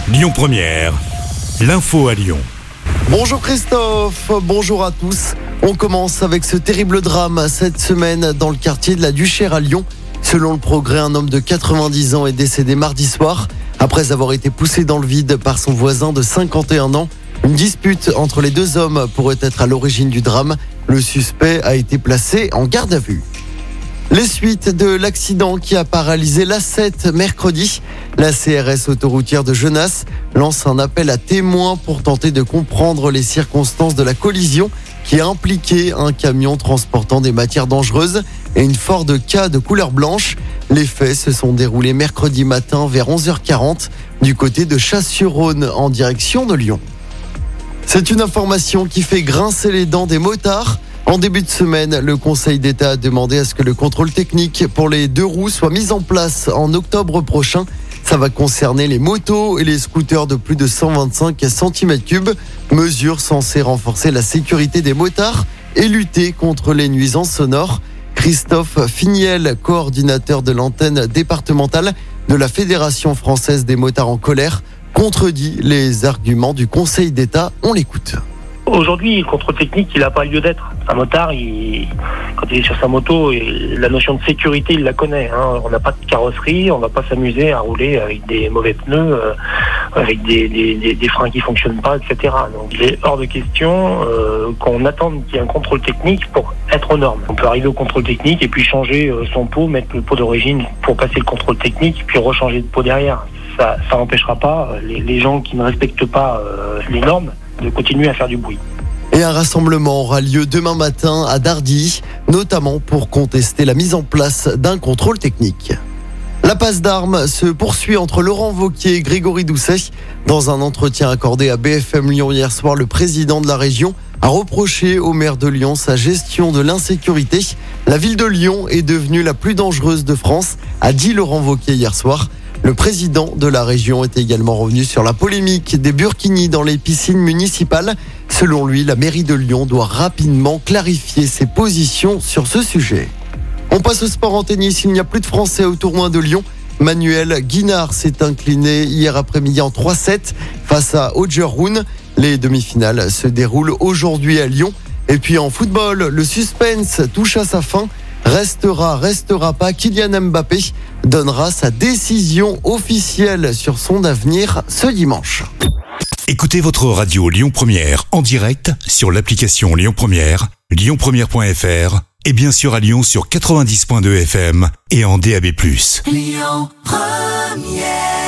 Lyon Première, l'info à Lyon. Bonjour Christophe, bonjour à tous. On commence avec ce terrible drame cette semaine dans le quartier de la Duchère à Lyon. Selon le Progrès, un homme de 90 ans est décédé mardi soir après avoir été poussé dans le vide par son voisin de 51 ans. Une dispute entre les deux hommes pourrait être à l'origine du drame. Le suspect a été placé en garde à vue. Les suites de l'accident qui a paralysé l'A7 mercredi. La CRS autoroutière de Genasse lance un appel à témoins pour tenter de comprendre les circonstances de la collision qui a impliqué un camion transportant des matières dangereuses et une Ford Ka de couleur blanche. Les faits se sont déroulés mercredi matin vers 11h40 du côté de Chasse-sur-Rhône en direction de Lyon. C'est une information qui fait grincer les dents des motards. En début de semaine, le Conseil d'État a demandé à ce que le contrôle technique pour les deux roues soit mis en place en octobre prochain. Ça va concerner les motos et les scooters de plus de 125 cm3, mesure censée renforcer la sécurité des motards et lutter contre les nuisances sonores. Christophe Finiel, coordinateur de l'antenne départementale de la Fédération française des motards en colère, contredit les arguments du Conseil d'État. On l'écoute. Aujourd'hui, le contrôle technique, il n'a pas lieu d'être. Un motard, quand il est sur sa moto, la notion de sécurité, il la connaît. On n'a pas de carrosserie, on ne va pas s'amuser à rouler avec des mauvais pneus, avec des freins qui ne fonctionnent pas, etc. Donc il est hors de question qu'on attende qu'il y ait un contrôle technique pour être aux normes. On peut arriver au contrôle technique et puis changer son pot, mettre le pot d'origine pour passer le contrôle technique, puis rechanger de pot derrière. Ça n'empêchera pas les gens qui ne respectent pas les normes de continuer à faire du bruit. Et un rassemblement aura lieu demain matin à Dardy, notamment pour contester la mise en place d'un contrôle technique. La passe d'armes se poursuit entre Laurent Wauquiez et Grégory Doucet. Dans un entretien accordé à BFM Lyon hier soir, le président de la région a reproché au maire de Lyon sa gestion de l'insécurité. La ville de Lyon est devenue la plus dangereuse de France, a dit Laurent Wauquiez hier soir. Le président de la région est également revenu sur la polémique des burkinis dans les piscines municipales. Selon lui, la mairie de Lyon doit rapidement clarifier ses positions sur ce sujet. On passe au sport en tennis. Il n'y a plus de Français au tournoi de Lyon. Manuel Guinard s'est incliné hier après-midi en 3-7 face à Holger Rune. Les demi-finales se déroulent aujourd'hui à Lyon. Et puis en football, le suspense touche à sa fin. Restera pas, Kylian Mbappé donnera sa décision officielle sur son avenir ce dimanche. Écoutez votre radio Lyon Première en direct sur l'application Lyon Première, lyonpremière.fr et bien sûr à Lyon sur 90.2 FM et en DAB+. Lyon Première.